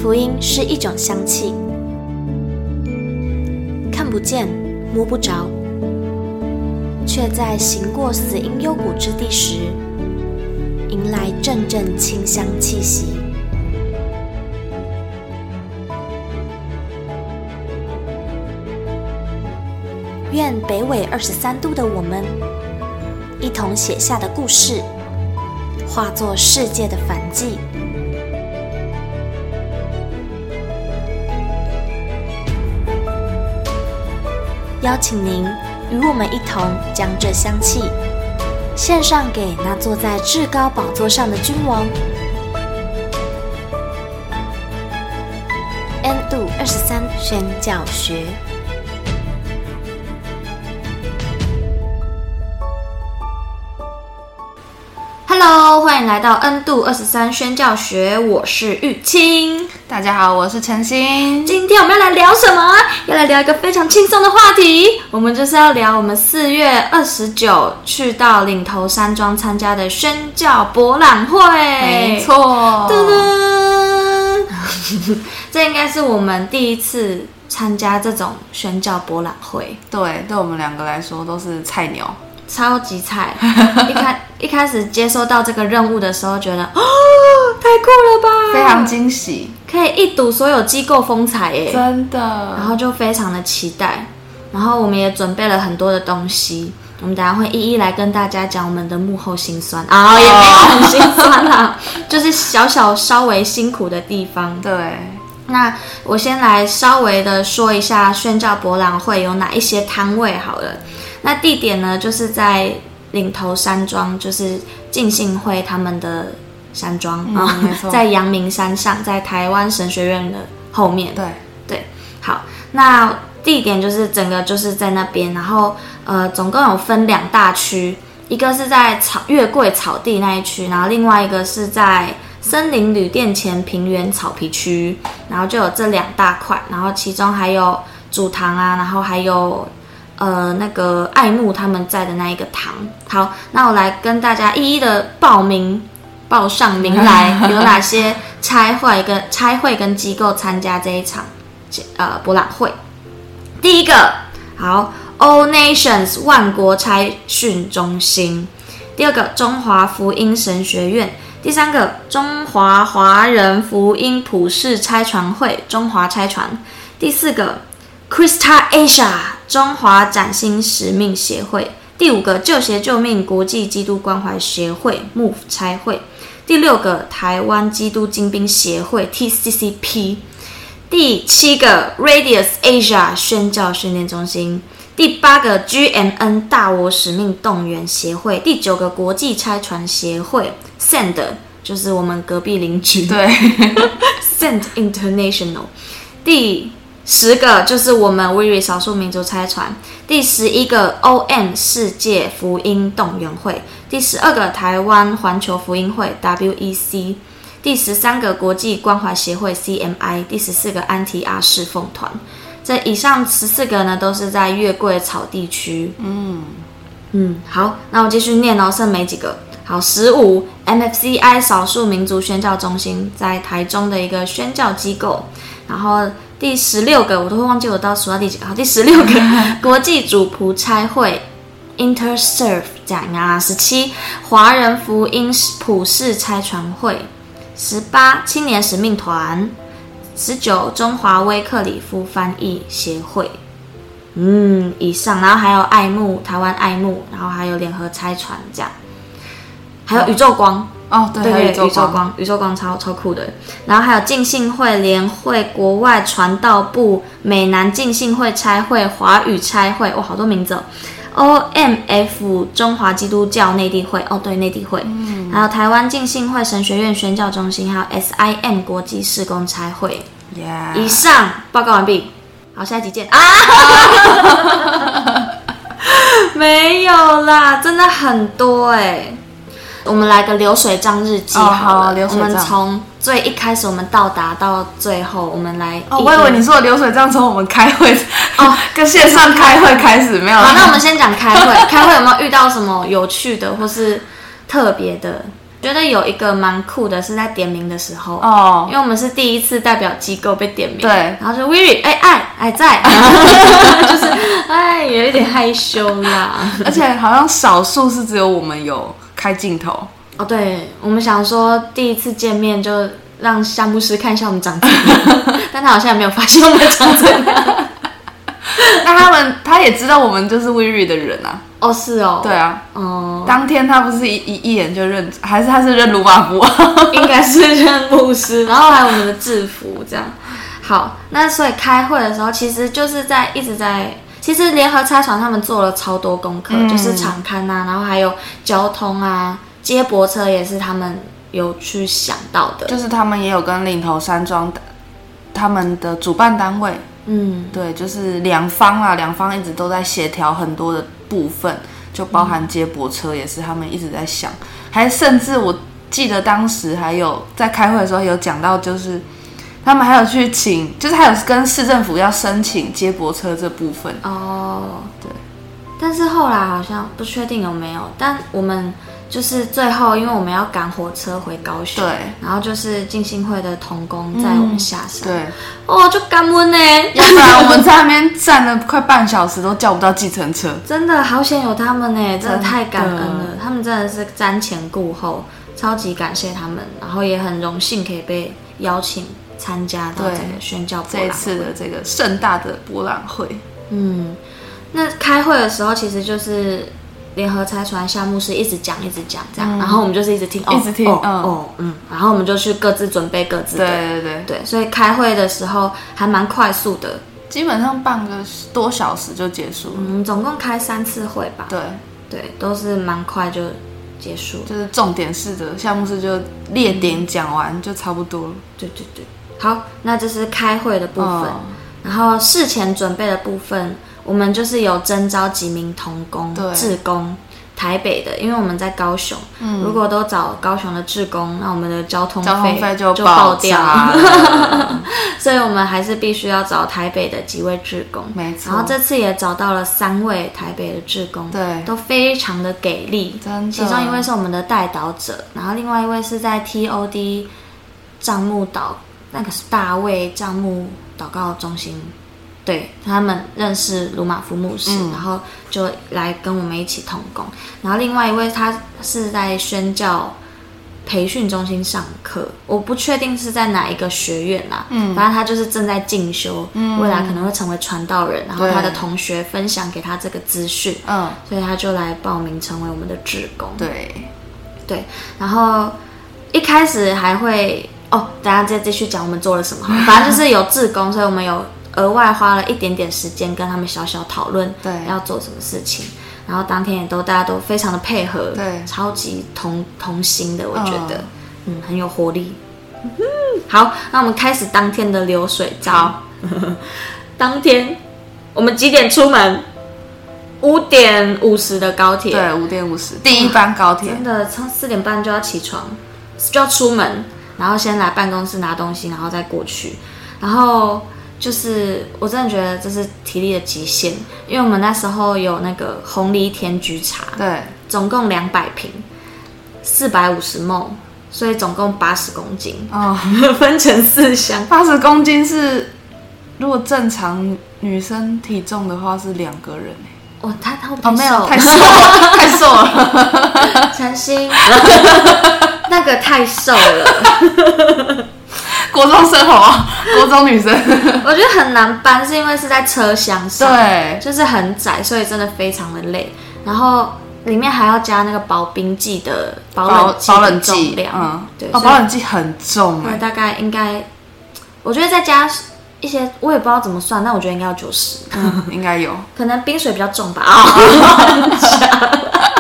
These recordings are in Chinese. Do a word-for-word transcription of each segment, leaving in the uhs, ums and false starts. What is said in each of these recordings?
福音是一种香气，看不见摸不着，却在行过死荫幽谷之地时，迎来阵阵清香气息。愿北纬二十三度的我们，一同写下的故事，化作世界的繁纪。邀请您与我们一同将这香气献上给那坐在至高宝座上的君王。N 度二十三宣教学。Hello， 欢迎来到 N 度二十三宣教学，我是玉清。 大家好，我是陈欣。 今天我们要来聊什么？要来聊一个非常轻松的话题，我们就是要聊我们四月二十九去到岭头山庄参加的宣教博览会。 没错， 噔噔这应该是我们第一次参加这种宣教博览会。 对，对我们两个来说都是菜鸟。 超级菜，一开一开始接收到这个任务的时候，觉得哦，太酷了吧， 非常惊喜， 可以一睹所有机构风采耶， 真的。 然后就非常的期待，然后我们也准备了很多的东西，我们等一下会一一来跟大家讲我们的幕后辛酸啊、哦，也没有很辛酸啦，就是小小稍微辛苦的地方。 对， 那我先来稍微的说一下宣教博览会有哪一些摊位好了。那地点呢，就是在岭头山庄，就是浸信会他们的山庄、 嗯啊、 没错， 在阳明山上，在台湾神学院的后面。 对对，好，那地点就是整个就是在那边，然后呃，总共有分两大区，一个是在草月桂草地那一区，然后另外一个是在森林旅店前平原草皮区，然后就有这两大块，然后其中还有主堂啊，然后还有。呃，那个爱慕他们在的那一个堂。好，那我来跟大家一一的报名，报上名来，有哪些差会跟差会跟机构参加这一场呃博览会。第一个，好 ，All Nations 万国差训中心；第二个，中华福音神学院；第三个，中华华人福音普世差传会中华差传；第四个。Christa Asia 中华崭新使命协会，第五个救协救命国际基督关怀协会 Move 差会，第六个台湾基督精兵协会 T C C P， 第七个 Radius Asia 宣教训练中心，第八个 G M N 大我使命动员协会，第九个国际差传协会 Send 就是我们隔壁邻居， 对 Send International， 第十个就是我们 W I R I 少数民族差传，第十一个 O M 世界福音动员会，第十二个台湾环球福音会 W E C， 第十三个国际关怀协会 C M I， 第十四个安提阿侍奉团。这以上十四个呢，都是在月桂草地区。嗯嗯，好，那我继续念哦，剩没几个。好，十五 M F C I 少数民族宣教中心在台中的一个宣教机构，然后。第十六个我都会忘记我到数到第几个。好，第十六个国际主仆差会 Interserve 这样啊。十七华人福音普世差传会。十八青年使命团。十九中华威克里夫翻译协会。嗯，以上，然后还有爱慕台湾爱慕，然后还有联合差传这样，还有宇宙光。 哦，对， 对对， 宇宙光， 宇宙光，宇宙光超超酷的。然后还有浸信会联会、国外传道部、美南浸信会差会、华语差会，哇，好多名字哦。O M F 中华基督教内地会，哦，对，内地会。嗯。还有台湾浸信会神学院宣教中心，还有 S I M 国际事工差会。 Yeah. 以上报告完毕。好，下一集见啊！没有啦，真的很多哎、欸。我们来个流水账日记好了， 哦、好流水账。 我们从最一开始我们到达到最后，我们来哦，我以为你说的流水账从我们开会哦，跟线上开会开始没有？ 好，那我们先讲开会，开会有没有遇到什么有趣的或是特别的？ 觉得有一个蛮酷的是在点名的时候哦， 因为我们是第一次代表机构被点名， 对， 然后就 Wiri 哎爱哎在，就是哎有一点害羞啦， 而且好像少数是只有我们有开镜头。 哦，对，我们想说第一次见面就让夏牧师看一下我们长怎样，但他好像也没有发现我们长怎样。 那他们他也知道我们就是 Wiri 的人啊。 哦，是哦。 对啊。 哦、 嗯。当天他不是一一一眼就认，还是他是认鲁马夫？ 应该是认牧师，然后还有我们的制服这样。好，那所以开会的时候，其实就是在一直在。其实联合差传他们做了超多功课，嗯、就是场勘啊，然后还有交通啊，接驳车也是他们有去想到的。 就是他们也有跟岭头山庄他们的主办单位，嗯，对，就是两方啊，两方一直都在协调很多的部分，就包含接驳车也是他们一直在想，还甚至我记得当时还有在开会的时候有讲到，就是。他们还有去请，就是还有跟市政府要申请接驳车这部分哦，对。但是后来好像不确定有没有，但我们就是最后，因为我们要赶火车回高雄， 对， 然后就是浸信会的同工载我们下山， 嗯、对， 哦，就感恩呢， 要不然我们在那边站了快半小时都叫不到计程车， 真的好险有他们呢，真的太感恩了，他们真的是瞻前顾后，超级感谢他们，然后也很荣幸可以被邀请。参加到这个宣教博览会， 这一次的这个盛大的博览会。 嗯，那开会的时候其实就是联合差传夏牧师一直讲一直讲这样、嗯，然后我们就是一直听， 一直听， 哦、 嗯、 哦嗯，然后我们就去各自准备各自的， 对对对对，所以开会的时候还蛮快速的， 基本上半个多小时就结束了。 嗯，总共开三次会吧？ 对对，都是蛮快就结束， 就是重点式的，夏牧师就列点讲完就差不多了。 对对对。好，那这是开会的部分、哦，然后事前准备的部分，我们就是有征召几名同工、志工，台北的，因为我们在高雄，嗯、如果都找高雄的志工，那我们的交通费就爆掉，所以我们还是必须要找台北的几位志工， 没错。 然后这次也找到了三位台北的志工， 对， 都非常的给力， 真的。 其中一位是我们的代祷者，然后另外一位是在 T O D 帐幕岛。那个是大卫帐幕祷告中心，对他们认识鲁马夫牧师、嗯，然后就来跟我们一起同工。然后另外一位他是在宣教培训中心上课，我不确定是在哪一个学院啦、啊，嗯，反正他就是正在进修、嗯，未来可能会成为传道人。然后他的同学分享给他这个资讯，嗯，所以他就来报名成为我们的志工。 对， 对，然后一开始还会。哦，等一下再继续讲我们做了什么。反正就是有志工，所以我们有额外花了一点点时间跟他们小小讨论，对，要做什么事情。然后当天也都大家都非常的配合，对，超级同同心的，我觉得，嗯，嗯很有活力。嗯、好，那我们开始当天的流水账。当天我们几点出门？五点五十的高铁， 对，五点五十，第一班高铁， 真的，从四点半就要起床，就要出门。然后先来办公室拿东西，然后再过去。然后就是我真的觉得这是体力的极限，因为我们那时候有那个红梨甜菊茶， 对， 总共两百瓶，四百五十 ml， 所以总共八十公斤哦，分成四箱。 八十公斤是如果正常女生体重的话是两个人哦，他他哦没有太瘦了，太瘦了， 陈心。那个太瘦了， 国中生好啊，国中女生， 我觉得很难搬，是因为是在车厢上， 对， 就是很窄，所以真的非常的累。然后里面还要加那个保冰剂的保冷剂的重量， 嗯，对，哦，保冷剂很重哎， 大概应该，我觉得再加一些，我也不知道怎么算，但我觉得应该要九十， 嗯，应该有， 可能冰水比较重吧，啊。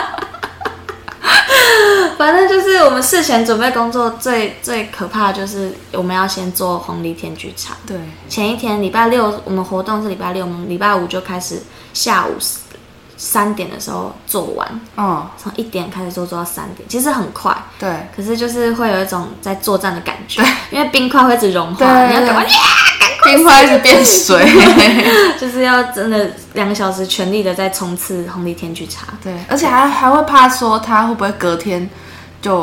反正就是我们事前准备工作最最可怕的就是我们要先做红梨甜菊茶。 对， 前一天礼拜六我们活动是礼拜六，我们礼拜五就开始下午三点的时候做完，嗯，从一点开始做做到三点，其实很快， 对。 可是就是会有一种在作战的感觉，因为冰块会一直融化，你要赶快呀，赶快， 冰块一直变水， 就是要真的两个小时全力的在冲刺红梨甜菊茶。 对，而且还还会怕说它会不会隔天就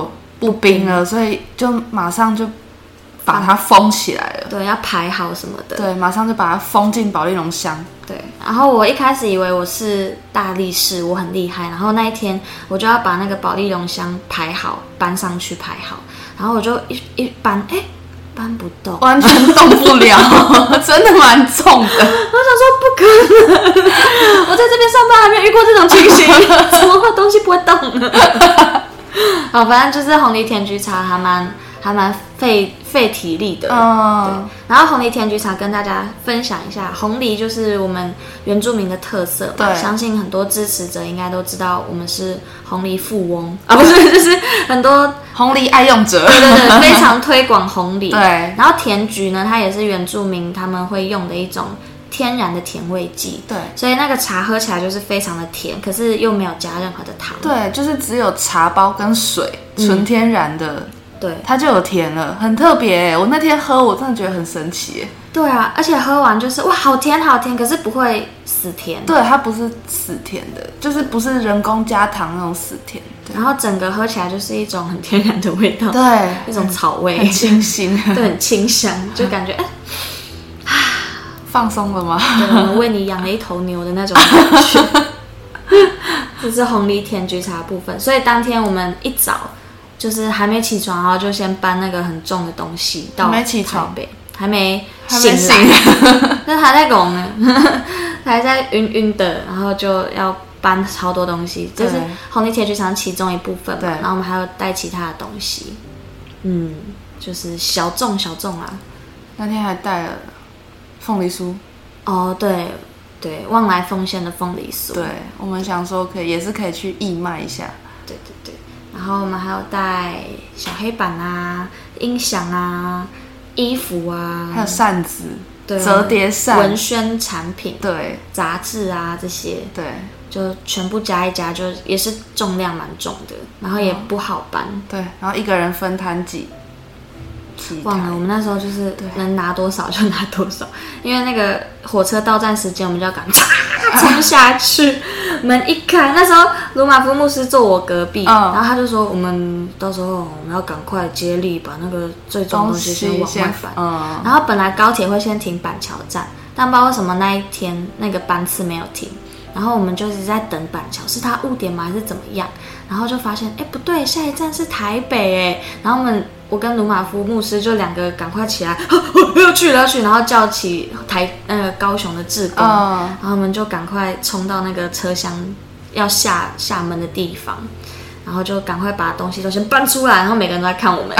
不冰了，所以就马上就把它封起来了。 对，要排好什么的。 对，马上就把它封进保丽龙箱。 对，然后我一开始以为我是大力士，我很厉害，然后那一天我就要把那个保丽龙箱排好，搬上去排好，然后我就一一搬，哎，搬不动， 完全动不了，真的蛮重的。 我想说不可能，我在这边上班还没有遇过这种情形，怎么会东西不会动呢？好，反正就是红梨甜菊茶还蛮还蛮费费体力的。嗯，对。然后红梨甜菊茶跟大家分享一下，红梨就是我们原住民的特色嘛，相信很多支持者应该都知道，我们是红梨富翁啊，不是，就是很多红梨爱用者， 对对对，非常推广红梨。 对。 然后甜菊呢，它也是原住民他们会用的一种天然的甜味剂， 对， 所以那个茶喝起来就是非常的甜，可是又没有加任何的糖， 对，就是只有茶包跟水，纯天然的。嗯， 对， 它就有甜了，很特别。我那天喝，我真的觉得很神奇。 对啊，而且喝完就是哇，好甜好甜，可是不会死甜。 对，它不是死甜的，就是不是人工加糖那种死甜。 然后整个喝起来就是一种很天然的味道， 对， 一种草味， 很清新， 对，很清香，就感觉哎， 放松了吗？ 对，我们为你养了一头牛的那种感觉。这是红梨甜菊茶的部分，所以当天我们一早。就是还没起床，然后就先搬那个很重的东西到台北，还没醒来，那还在拱呢，还在晕晕的，然后就要搬超多东西，这是红梨铁菊茶其中一部分嘛，然后我们还要带其他的东西，嗯，就是小众小众啊。 那天还带了凤梨酥， 哦，对对，旺来丰县的凤梨酥， 对，我们想说可以也是可以去义卖一下， 对对对。然后我们还有带小黑板啊、音响啊、衣服啊， 还有扇子、 对， 折叠扇、 文宣产品、 对， 杂志啊这些， 对， 就全部加一加，就也是重量蛮重的，然后也不好搬。 嗯、对，然后一个人分摊几。 忘了，我们那时候就是能拿多少就拿多少，因为那个火车到站时间，我们就要赶冲下去。门一开，那时候鲁马夫牧师坐我隔壁，嗯、然后他就说：“我们到时候我们要赶快接力，把那个最重的东西先往外搬。”嗯、然后本来高铁会先停板桥站，但不知道为什么那一天那个班次没有停，然后我们就一直在等板桥，是他误点吗还是怎么样？然后就发现，哎，不对，下一站是台北哎。然后我们，我跟鲁马夫牧师就两个赶快起来，要去要去，然后叫起台那个高雄的志工，哦、然后我们就赶快冲到那个车厢要下下门的地方，然后就赶快把东西都先搬出来，然后每个人都在看我们。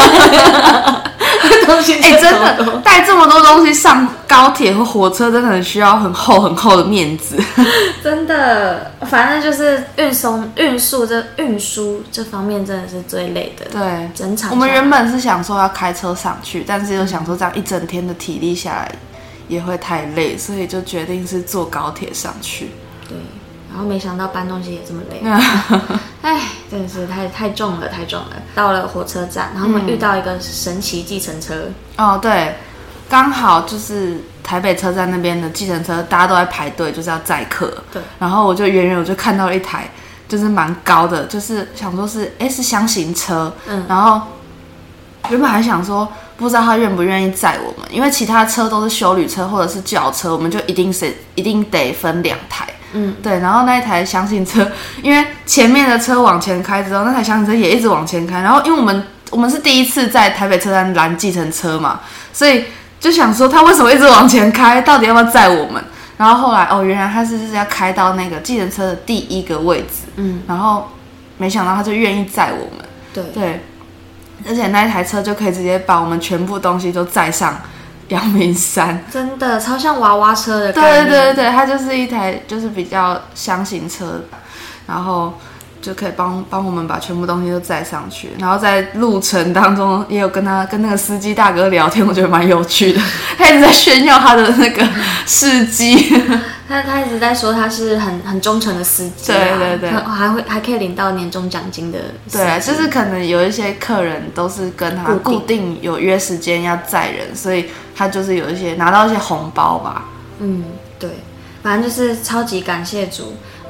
东西哎、欸，真的带这么多东西上高铁或火车，真的很需要很厚很厚的面子。 真的，反正就是运送、运输这运输这方面真的是最累的。 对， 整场我们原本是想说要开车上去，但是又想说这样一整天的体力下来也会太累，所以就决定是坐高铁上去。 对。然后没想到搬东西也这么累，哎，真的是太太重了，太重了。到了火车站，然后我们遇到一个神奇计程车。 嗯、哦，对，刚好就是台北车站那边的计程车，大家都在排队，就是要载客。 对。 然后我就远远我就看到了一台，就是蛮高的，就是想说是哎是箱型车，嗯，然后原本还想说不知道他愿不愿意载我们，因为其他车都是休旅车或者是轿车，我们就一定是一定得分两台。嗯，对，然后那一台厢型车，因为前面的车往前开之后，那台厢型车也一直往前开，然后因为我们我们是第一次在台北车站拦计程车嘛，所以就想说他为什么一直往前开，到底要不要载我们？然后后来哦，原来他是是要开到那个计程车的第一个位置，嗯，然后没想到他就愿意载我们， 对对，而且那一台车就可以直接把我们全部东西都载上阳明山， 真的超像娃娃车的概念。 对对对，它就是一台就是比较箱型车，然后就可以帮帮我们把全部东西都载上去。然后在路程当中也有跟他跟那个司机大哥聊天，我觉得蛮有趣的。他一直在炫耀他的那个事迹， 他他一直在说他是很很忠诚的司机、啊， 对对对， 还会还可以领到年终奖金的司机。 对啊，就是可能有一些客人都是跟他固定有约时间要载人，所以他就是有一些拿到一些红包吧。 嗯，对，反正就是超级感谢主，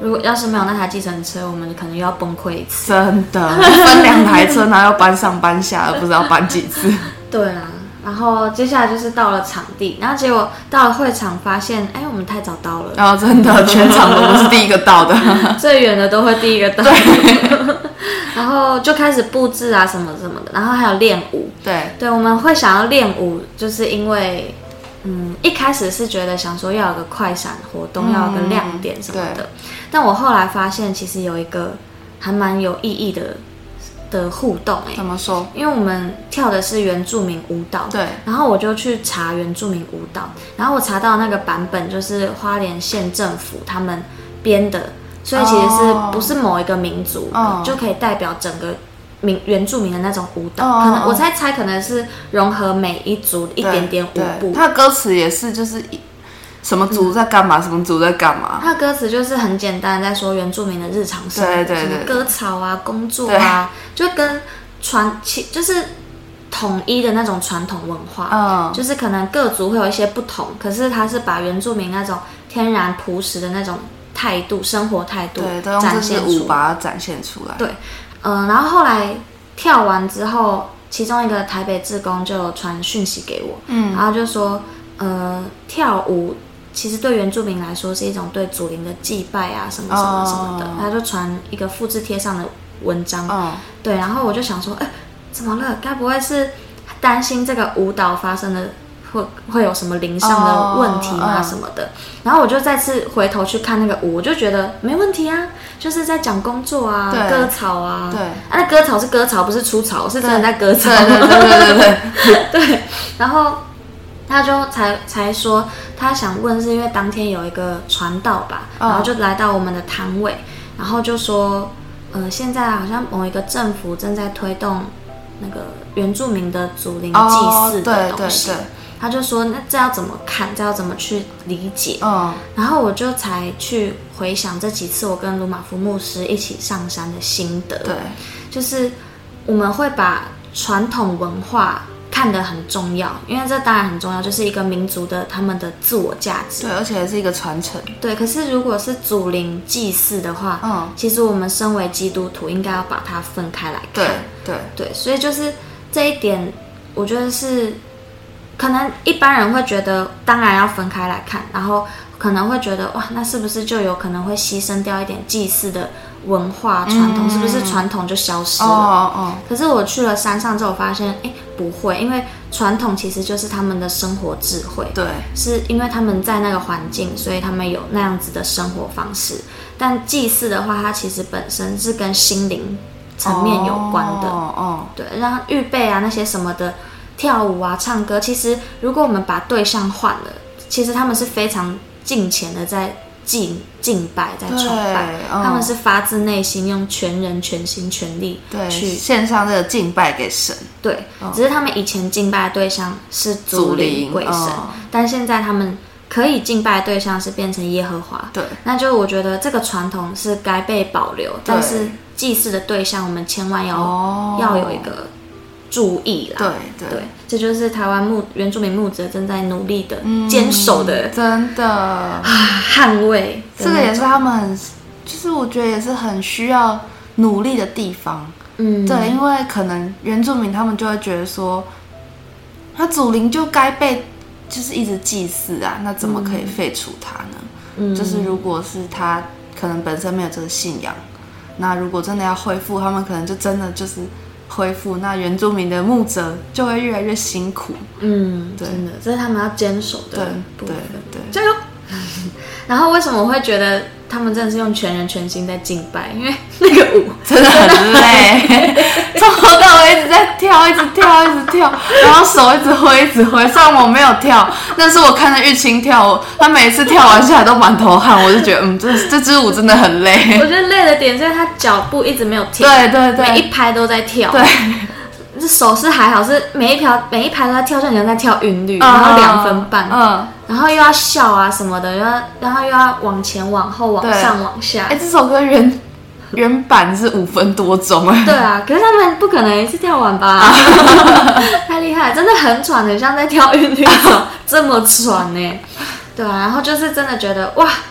如果要是没有那台计程车，我们可能又要崩溃一次。 真的，分两台车，然后要搬上搬下，而不知道搬几次。 对啊，然后接下来就是到了场地，然后结果到了会场，发现哎，我们太早到了。 然后真的，全场都不是第一个到的， 最远的都会第一个到。然后就开始布置啊什么什么的，然后还有练舞。 对对，我们会想要练舞，就是因为。嗯，一开始是觉得想说要有个快闪活动，嗯、要有个亮点什么的，但我后来发现其实有一个还蛮有意义的的互动哎、欸。 怎么说？ 因为我们跳的是原住民舞蹈， 对， 然后我就去查原住民舞蹈，然后我查到那个版本就是花莲县政府他们编的，所以其实是不是某一个民族、哦、就可以代表整个。民原住民的那种舞蹈，哦、可能我猜猜可能是融合每一族一点点舞步。 它的歌词也是就是什么族在干嘛、嗯，什么族在干嘛。 它的歌词就是很简单，在说原住民的日常生活， 对对对， 什么割草啊、工作啊，就跟传就是统一的那种传统文化。嗯，就是可能各族会有一些不同，可是它是把原住民那种天然朴实的那种态度、生活态度展现出来， 对，都用这支舞把它展现出来。 对。嗯，然后后来跳完之后，其中一个台北志工就有传讯息给我，嗯，然后就说，呃，跳舞其实对原住民来说是一种对祖灵的祭拜啊，什么什么什么的，哦、他就传一个复制贴上的文章，哦、对，然后我就想说，哎，怎么了？该不会是担心这个舞蹈发生的会会有什么灵上的问题吗、哦、什么的？然后我就再次回头去看那个舞，我就觉得没问题啊。就是在讲工作啊，割草啊， 对， 啊，那割草是割草，不是除草，是真的在割草， 对对对对对对。对，然后他就才才说，他想问是因为当天有一个传道吧，哦、然后就来到我们的摊位，然后就说，呃，现在好像某一个政府正在推动那个原住民的祖灵祭祀的东西。哦，对对对，他就说：“那这要怎么看？这要怎么去理解？”嗯，然后我就才去回想这几次我跟鲁马夫牧师一起上山的心得。 对， 就是我们会把传统文化看得很重要，因为这当然很重要，就是一个民族的他们的自我价值。 对，而且是一个传承。 对，可是如果是祖灵祭祀的话，嗯，其实我们身为基督徒应该要把它分开来看。 对对对，所以就是这一点，我觉得是。可能一般人会觉得，当然要分开来看，然后可能会觉得，哇，那是不是就有可能会牺牲掉一点祭祀的文化传统？嗯、是不是传统就消失了？哦哦。可是我去了山上之后，发现，哎，不会，因为传统其实就是他们的生活智慧。 对。 是因为他们在那个环境，所以他们有那样子的生活方式。但祭祀的话，它其实本身是跟心灵层面有关的。哦哦。对，让预备啊那些什么的。跳舞啊，唱歌，其实如果我们把对象换了，其实他们是非常敬虔的在敬敬拜，在崇拜，嗯、他们是发自内心用全人、全心、全力去献上这个敬拜给神。 对，嗯、只是他们以前敬拜的对象是祖灵鬼神，嗯、但现在他们可以敬拜的对象是变成耶和华。 对， 那就我觉得这个传统是该被保留，但是祭祀的对象我们千万要、哦、要有一个。注意啦， 对 对, 对，这就是台湾牧原住民牧者正在努力的、嗯、坚守的， 真的捍卫。 这个也是他们很，就是我觉得也是很需要努力的地方。嗯，对，因为可能原住民他们就会觉得说，他祖灵就该被就是一直祭祀啊，那怎么可以废除他呢？嗯，就是如果是他可能本身没有这个信仰，那如果真的要恢复，他们可能就真的就是。恢复，那原住民的牧者就会越来越辛苦。 嗯，真的，这是他们要坚守的部分。 对对对， 加油！然后为什么我会觉得他们真的是用全人全心在敬拜？因为那个舞真的很累，从头到尾一直在跳，一直跳，一直跳，然后手一直挥，一直挥。虽然我没有跳，但是我看着玉清跳，他每一次跳完下来都满头汗，我就觉得，嗯，这这支舞真的很累。 我觉得累的点是他脚步一直没有停， 对对对， 每一拍都在跳。 对。 这手势还好，是每一条每一排都在跳，像你在跳韵律，然后两分半，嗯，然后又要笑啊什么的，又要然后又要往前往后往上往下。 哎，这首歌原原版是五分多钟哎。 对啊，可是他们不可能一次跳完吧？太厉害了，真的很喘，很像在跳韵律手，这么喘呢。对啊，然后就是真的觉得哇，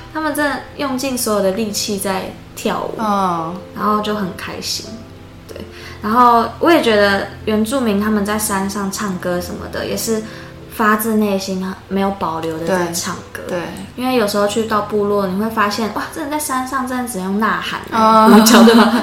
他们真的用尽所有的力气在跳舞， 嗯， 然后就很开心。对，然后我也觉得原住民他们在山上唱歌什么的，也是发自内心没有保留的在唱歌。 对， 因为有时候去到部落，你会发现哇，真的在山上真的只用呐喊，嗯，叫对吧？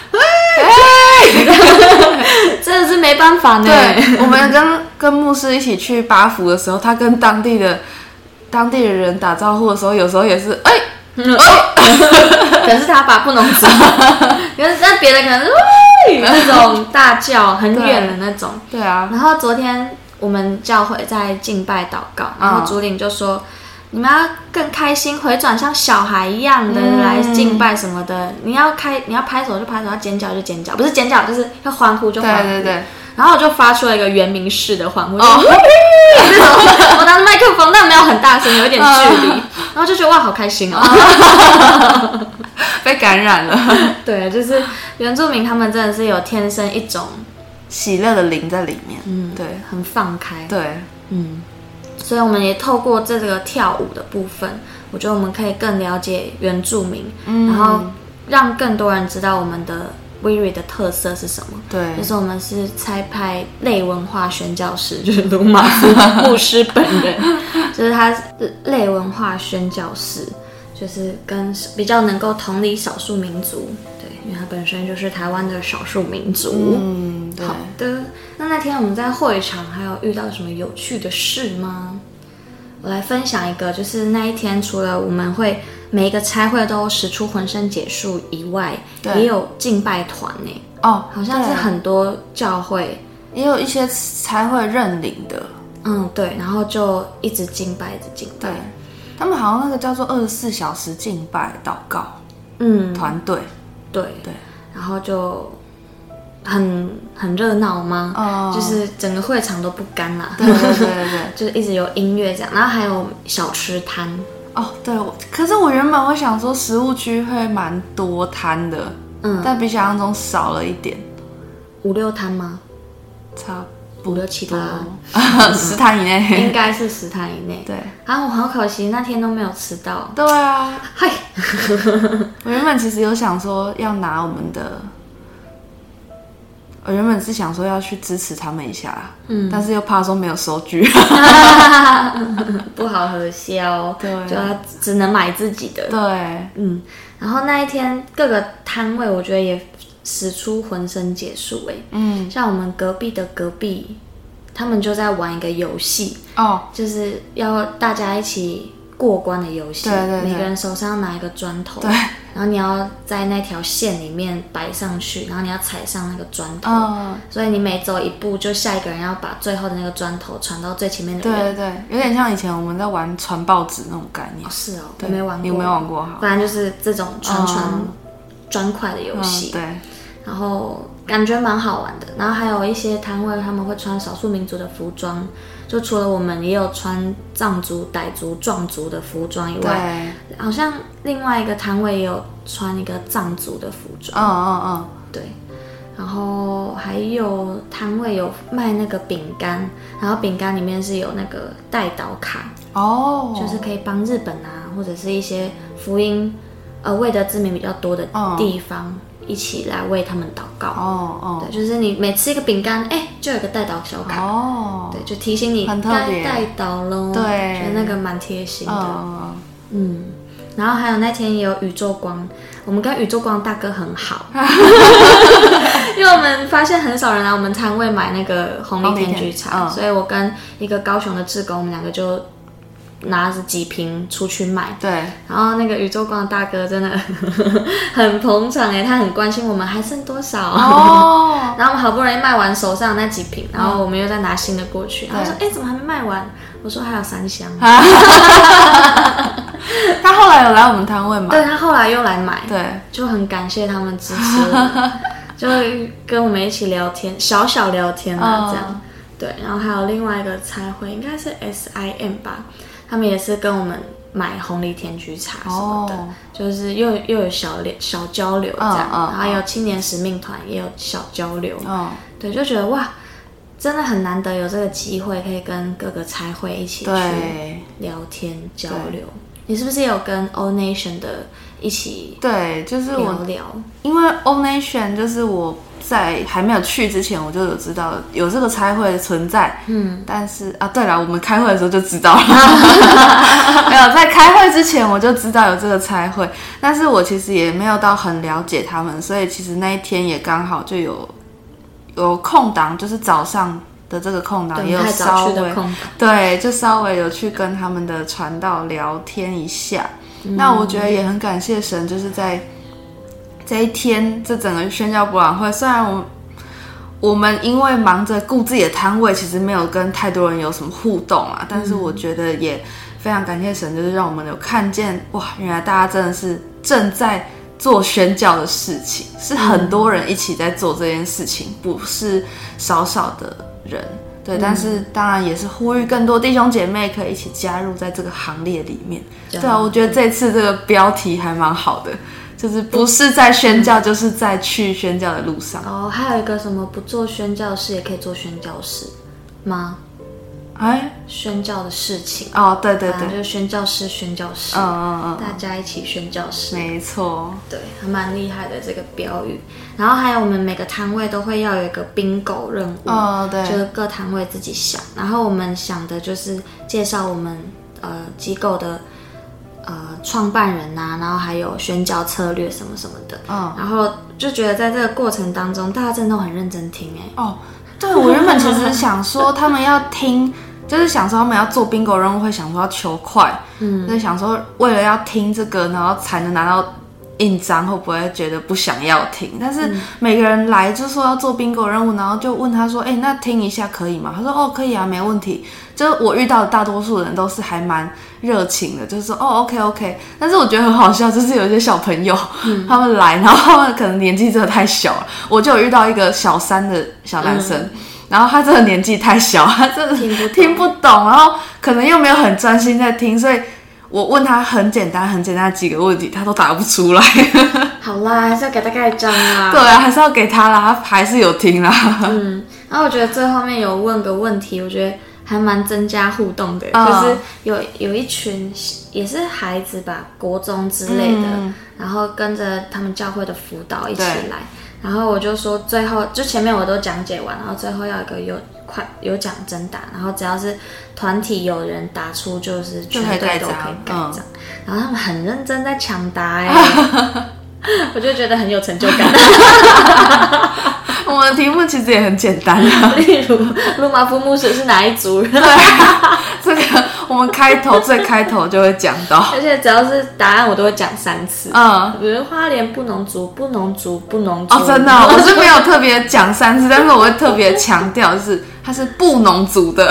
真的是没办法呢。 对，我们跟跟牧师一起去八福的时候，他跟当地的当地的人打招呼的时候，有时候也是哎。嗯哦、 可是他把不能走，可是那别的可能是那种大叫很远的那种。 对啊。 然后昨天我们教会在敬拜祷告，然后主领就说、嗯、你们要更开心，回转像小孩一样的来敬拜什么的。嗯、你要开，你要拍手就拍手，要尖叫就尖叫，不是尖叫就是要欢呼就欢呼。 对对对。 然后我就发出了一个原民式的欢呼，哦，这种我拿着麦克风，但没有很大声，有一点距离，然后就觉得哇，好开心哦， 被感染了。 对，就是原住民他们真的是有天生一种喜乐的灵在里面， 嗯，对，很放开， 对， 嗯，所以我们也透过这个跳舞的部分，我觉得我们可以更了解原住民，嗯，然后让更多人知道我们的Wiri 的特色是什么？ 对， 就是我们是差派类文化宣教师，就是鲁马夫牧师本人，就是他是类文化宣教师，就是跟比较能够同理少数民族，对，因为他本身就是台湾的少数民族。 嗯，对。 好的，那那天我们在会场还有遇到什么有趣的事吗？我来分享一个，就是那一天除了我们会每一个差会都使出浑身解数以外，也有敬拜团呢。 哦， 好像是很多教会， 也有一些差会认领的。 嗯，对，然后就一直敬拜，一直敬拜。 对，他们好像那个叫做二十四小时敬拜祷告，嗯，团队， 对对，然后就很很热闹吗？哦，就是整个会场都不干啦。 对对对对对， 就是一直有音乐这样，然后还有小吃摊。 哦，对，可是我原本会想说食物区会蛮多摊的，嗯，但比想象中少了一点， 五六摊吗？ 差五六七摊， 十摊以内， 应该是十摊以内。 对， 啊，我好可惜那天都没有吃到。 对啊， 嗨， 我原本其实有想说要拿我们的。我原本是想说要去支持他们一下，嗯，但是又怕说没有收据， 不好核销， 对， 就要只能买自己的， 对， 嗯。然后那一天各个摊位，我觉得也使出浑身解数，哎，嗯，像我们隔壁的隔壁，他们就在玩一个游戏，哦，就是要大家一起过关的游戏， 对对对， 每个人手上拿一个砖头， 对。 然后你要在那条线里面摆上去，然后你要踩上那个砖头，哦，所以你每走一步，就下一个人要把最后的那个砖头传到最前面的人。 对对对，有点像以前我们在玩传报纸那种概念。 哦，是哦，我没玩过。 你有没有玩过？ 不然就是这种传传砖块的游戏， 嗯。对。 然后感觉蛮好玩的。然后还有一些摊位，他们会穿少数民族的服装。就除了我们也有穿藏族、傣族、壮族的服装以外，好像另外一个摊位也有穿一个藏族的服装。 嗯嗯嗯， 对。然后还有摊位有卖那个饼干，然后饼干里面是有那个代祷卡，哦，就是可以帮日本啊，或者是一些福音呃未得之名比较多的地方。嗯，一起来为他们祷告。哦哦，对，就是你每吃一个饼干，哎、欸，就有个代祷小卡。哦，对，就提醒你该代祷喽。对，觉得那个蛮贴心的。哦、嗯，然后还有那天也有宇宙光，我们跟宇宙光大哥很好，因为我们发现很少人来我们摊位买那个红利天菊茶，嗯、所以我跟一个高雄的志工，我们两个就拿着几瓶出去卖， 对， 然后那个宇宙光的大哥真的很捧场哎，他很关心我们还剩多少哦，然后我们好不容易卖完手上那几瓶，然后我们又再拿新的过去，然后他说哎、欸、怎么还没卖完？我说还有三箱。 他后来有来我们摊位买， 对，他后来又来买， 对， 就很感谢他们支持我们，就跟我们一起聊天，小小聊天啊、哦、这样，对，然后还有另外一个餐会应该是 S I M 吧。他们也是跟我们买红梨甜菊茶什么的，哦、就是又又有小小交流这样，嗯嗯、然后还有青年使命团也有小交流，嗯、对，就觉得哇，真的很难得有这个机会可以跟各个差会一起去聊天交流。 你是不是也有跟 All Nation 的一起对，就是我聊聊？ 因为 All Nation 就是我在还没有去之前，我就有知道有这个差会的存在。嗯，但是啊，对了，我们开会的时候就知道了。没有在开会之前我就知道有这个差会，但是我其实也没有到很了解他们，所以其实那一天也刚好就有有空档，就是早上的这个空档也有稍微对，就稍微有去跟他们的传道聊天一下。嗯、那我觉得也很感谢神，就是在这一天，这整个宣教博览会，虽然我们我们因为忙着顾自己的摊位，其实没有跟太多人有什么互动啊，但是我觉得也非常感谢神，就是让我们有看见，哇，原来大家真的是正在做宣教的事情，是很多人一起在做这件事情，不是少少的人。对，但是当然也是呼吁更多弟兄姐妹可以一起加入在这个行列里面。对啊，我觉得这次这个标题还蛮好的，就是不是在宣教，就是在去宣教的路上。 哦，还有一个什么不做宣教事也可以做宣教事吗？ 哎， 宣教的事情哦，对对对， 就是宣教师、宣教师， 嗯嗯嗯， 大家一起宣教师， 没错， 对，还蛮厉害的这个标语。然后还有我们每个摊位都会要有一个 bingo 任务， 哦对， 就是各摊位自己想。然后我们想的就是介绍我们呃机构的呃创办人啊，然后还有宣教策略什么什么的，嗯，然后就觉得在这个过程当中，大家真的都很认真听哎、 欸。哦，对，我原本其实想说他们要听。就是想说他们要做 bingo 任务，会想说要求快，嗯，就是想说为了要听这个，然后才能拿到印章，会不会觉得不想要听？但是每个人来就说要做 bingo 任务，然后就问他说：“哎、欸，那听一下可以吗？”他说：“哦，可以啊，没问题。”就是我遇到的大多数人都是还蛮热情的，就是说：“哦 ，OK OK。”但是我觉得很好笑，就是有一些小朋友、嗯、他们来，然后他们可能年纪真的太小了。我就有遇到一个小三的小男生。嗯，然后他这个年纪太小，他真的听不听不懂，然后可能又没有很专心在听，所以我问他很简单很简单的几个问题，他都答不出来。 好啦，还是要给他盖章啦。 对啊，还是要给他啦，他还是有听啦。 嗯，然后我觉得最后面有问个问题，我觉得还蛮增加互动的，嗯、就是有有一群也是孩子吧，国中之类的，嗯、然后跟着他们教会的辅导一起来。然后我就说，最后就前面我都讲解完，然后最后要有一个有快有奖征答，然后只要是团体有人答出，就是全队都可以盖章。嗯、然后他们很认真在抢答，哎，我就觉得很有成就感。 我们的题目其实也很简单啊， 例如鲁马夫牧师是哪一族人？ 对，这个我们开头最开头就会讲到， 而且只要是答案我都会讲三次。嗯，比如花莲布农族、布农族、布农族。 哦，真的、哦，我是没有特别讲三次，但是我会特别强调，就是它是布农族的。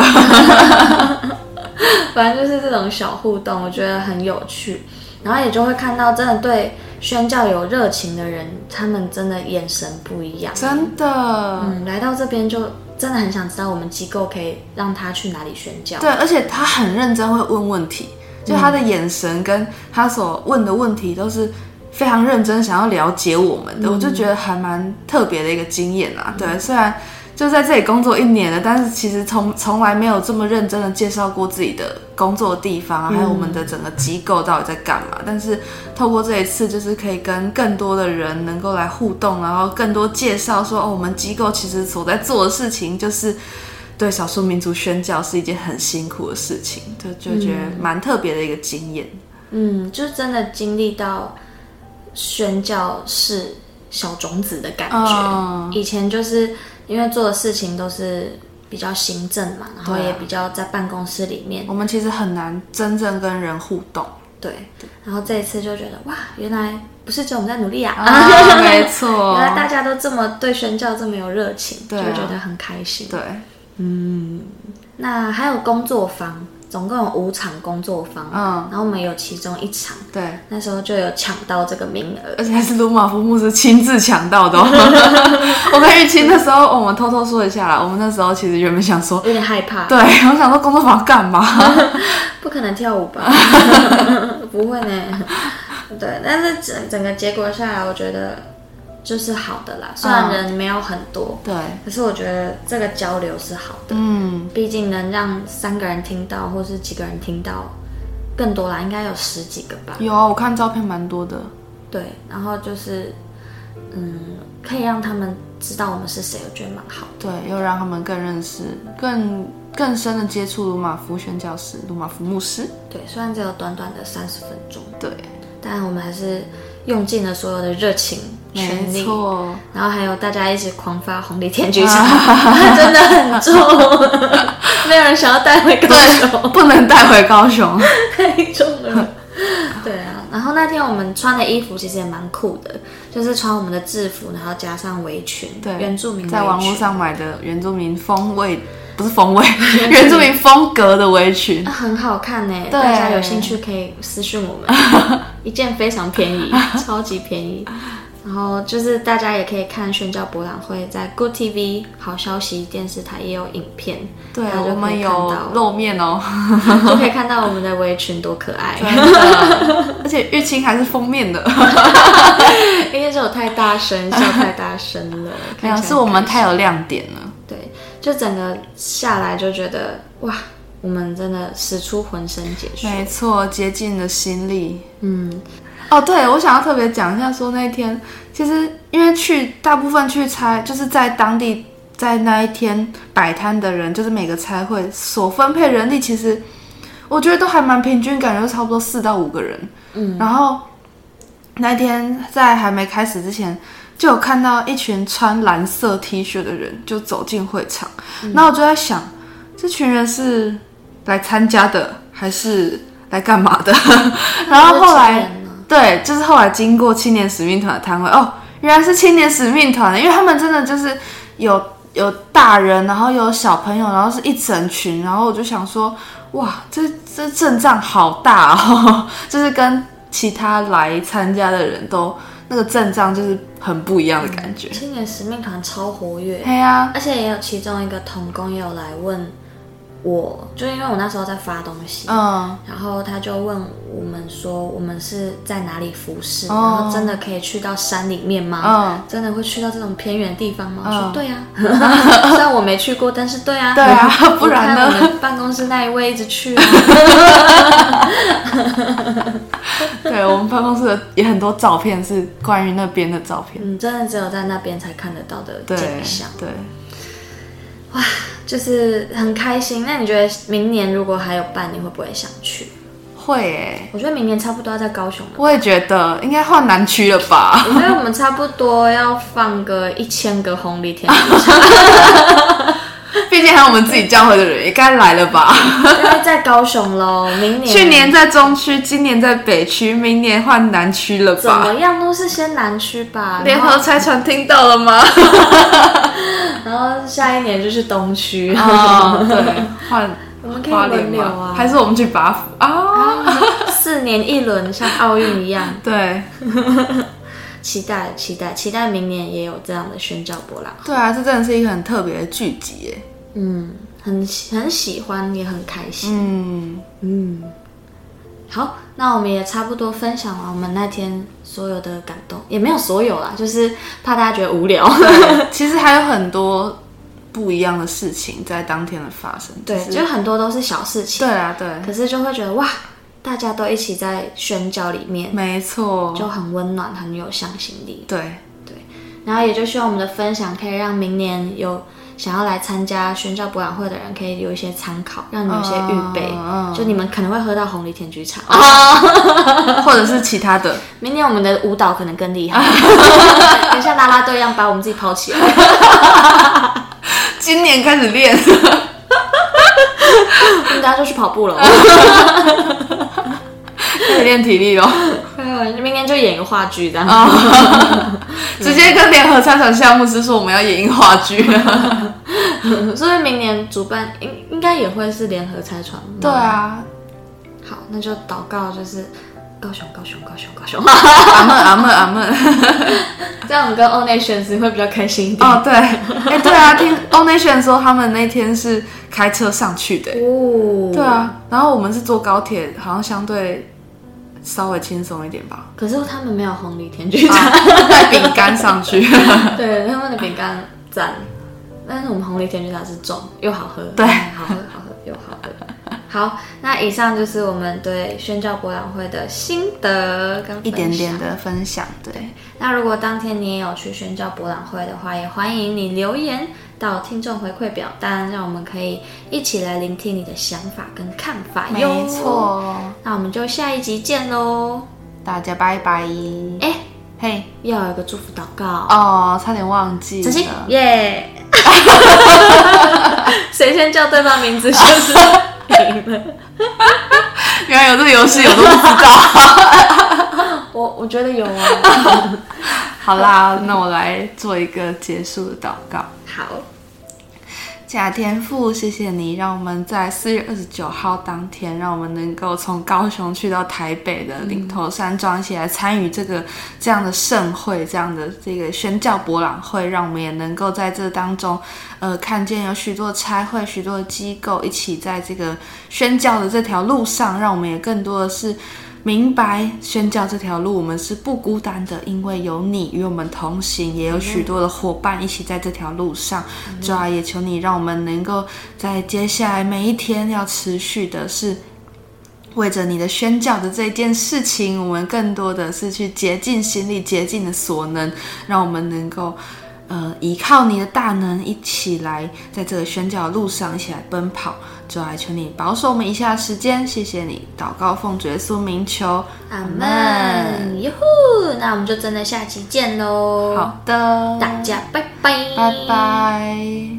反正就是这种小互动，我觉得很有趣，然后也就会看到真的对宣教有热情的人，他们真的眼神不一样， 真的。 嗯，来到这边就真的很想知道我们机构可以让他去哪里宣教。 对，而且他很认真会问问题，就他的眼神跟他所问的问题都是非常认真想要了解我们的，嗯、我就觉得还蛮特别的一个经验啦。对，虽然就在这里工作一年了，但是其实从从来没有这么认真的介绍过自己的工作的地方啊，还有我们的整个机构到底在干嘛。但是透过这一次，就是可以跟更多的人能够来互动，然后更多介绍说，哦，我们机构其实所在做的事情，就是对少数民族宣教是一件很辛苦的事情，就就觉得蛮特别的一个经验。 嗯，就是真的经历到宣教是小种子的感觉。嗯、以前就是因为做的事情都是比较行政嘛，然后也比较在办公室里面， 我们其实很难真正跟人互动。 对，然后这一次就觉得哇，原来不是只有我们在努力啊， 啊没错， 原来大家都这么对宣教这么有热情， 对啊、 就觉得很开心。 对， 嗯，那还有工作坊。总共有五场工作坊，嗯，然后我们有其中一场， 对， 那时候就有抢到这个名额， 而且还是鲁马夫牧师亲自抢到的、哦。我跟玉清那时候，我们偷偷说一下啦，我们那时候其实原本想说， 有点害怕， 对，我想说工作坊干嘛？ 不可能跳舞吧？不会呢，对，但是整整个结果下来，我觉得就是好的啦，虽然人没有很多， 对、嗯， 可是我觉得这个交流是好的，嗯，毕竟能让三个人听到，或是几个人听到， 更多啦，应该有十几个吧。 有啊，我看照片蛮多的。 对，然后就是嗯，可以让他们知道我们是谁，我觉得蛮好的。 对，又让他们更认识、更更深的接触鲁马夫宣教师、鲁马夫牧师。 对，虽然只有短短的三十分钟， 对， 但我们还是用尽了所有的热情、全力， 没错。 然后还有大家一起狂发红利天剧场，真的很重，没有人想要带回高雄， 不能带回高雄， 太重了。对啊，然后那天我们穿的衣服其实也蛮酷的，就是穿我们的制服，然后加上围裙，对，原住民围裙， 在网络上买的原住民风味，不是风味，原住民风格的围裙， 啊、很好看呢。大家有兴趣可以私讯我们，一件非常便宜，超级便宜。然后就是大家也可以看宣教博览会，在 Good T V 好消息电视台也有影片， 对，我们有露面哦， 就可以看到我们的围裙多可爱， 真的，而且玉清还是封面的， 因为是我太大声，笑太大声了， 没有，是我们太有亮点了， 对，就整个下来就觉得哇，我们真的使出浑身解数， 没错，竭尽了心力，嗯。哦，对，我想要特别讲一下，说那天其实因为去大部分去差，就是在当地在那一天摆摊的人，就是每个差会所分配人力，其实我觉得都还蛮平均，感觉差不多四到五个人。嗯，然后那天在还没开始之前，就有看到一群穿蓝色 T 恤的人就走进会场，嗯、然后我就在想，这群人是来参加的还是来干嘛的？然后后来。对，就是后来经过青年使命团的摊位，哦，原来是青年使命团的，因为他们真的就是有有大人，然后有小朋友，然后是一整群，然后我就想说，哇，这这阵仗好大哦，就是跟其他来参加的人都那个阵仗就是很不一样的感觉。 嗯、青年使命团超活跃， 对啊， 而且也有其中一个同工也有来问。我就因为我那时候在发东西，嗯，然后他就问我们说，我们是在哪里服侍，哦、然后真的可以去到山里面吗？嗯，真的会去到这种偏远的地方吗？嗯、我说对啊，虽然我没去过，但是对啊， 对啊，不然呢？ 我们办公室那一位一直去啊。 对，我们办公室也很多照片是关于那边的照片， 嗯，真的只有在那边才看得到的景象， 对，对哇。就是很开心。那你觉得明年如果还有办，你会不会想去？ 会诶， 我觉得明年差不多要在高雄了。 我也觉得应该换南区了吧？ 我觉得我们差不多要放个一千个红利天主场。 毕竟还有我们自己教会的人也该来了吧？ 因为在高雄咯，明年去年在中区，今年在北区，明年换南区了吧？ 怎么样都是先南区吧。 联合财团听到了吗？ 然后下一年就是东区。 哦，对，换我们可以轮流啊， 还是我们去八福啊？ 四年一轮，像奥运一样。 对。 期待期待期待明年也有这样的宣教博览会。 对啊，这真的是一个很特别的聚集耶。 嗯，很很喜欢，也很开心。嗯嗯。好，那我们也差不多分享完我们那天所有的感动，也没有所有啦，就是怕大家觉得无聊。 对，其实还有很多不一样的事情在当天的发生。 对，就很多都是小事情。 对啊，对。 可是就会觉得哇。大家都一起在宣教里面， 没错， 就很温暖，很有向心力。 对对，然后也就希望我们的分享可以让明年有想要来参加宣教博览会的人可以有一些参考，让你们有一些预备。嗯、就你们可能会喝到红利天剧场， 哦、或者是其他的。 明年我们的舞蹈可能更厉害，跟像啦啦队一样把我们自己抛起来。 今年开始练。 我们大家就去跑步了， 开始练体力咯。 明年就演一个话剧这样， 哦、直接跟联合参展项目师说我们要演一个话剧。 所以明年主办应应该也会是联合参传。 对啊， 好，那就祷告就是高雄高雄高雄高雄。 阿们阿们阿们， 这样我们跟 All Nations 会比较开心一点。 哦，对，哎、欸，对啊，听 All Nations 说他们那天是开车上去的。哦，对啊，然后我们是坐高铁，好像相对稍微轻松一点吧。 可是他们没有红利天剧场， 带饼干上去。 对，他们的饼干赞，但是我们红利天剧场是重又好喝， 对， 好喝好喝又好喝。 好，那以上就是我们对宣教博览会的心得跟分享一点点的分享。对， 对，那如果当天你也有去宣教博览会的话，也欢迎你留言到听众回馈表单，让我们可以一起来聆听你的想法跟看法哟。 没错， 那我们就下一集见喽， 大家拜拜。 哎， 嘿， 要有一个祝福祷告哦，差点忘记了。 子琪，耶！谁先叫对方名字就是赢了。 原来有这个游戏，我都不知道。 我我觉得有啊。 好啦，那我来做一个结束的祷告。 好， 假天父，谢谢你让我们在四月二十九号当天，让我们能够从高雄去到台北的岭头山庄，一起来参与这个这样的盛会，这样的这个宣教博览会，让我们也能够在这当中，呃，看见有许多差会、许多的机构一起在这个宣教的这条路上，让我们也更多的是明白宣教这条路我们是不孤单的，因为有你与我们同行，也有许多的伙伴一起在这条路上。主啊，也求你让我们能够在接下来每一天要持续的是为着你的宣教的这件事情，我们更多的是去竭尽心力、竭尽的所能，让我们能够呃，依靠你的大能，一起来在这个宣教的路上一起来奔跑。主啊，求你保守我们以下的时间，谢谢你。祷告奉主耶稣名求， 阿们。哟呼，那我们就真的下期见喽。 好的， 大家拜拜， 拜拜。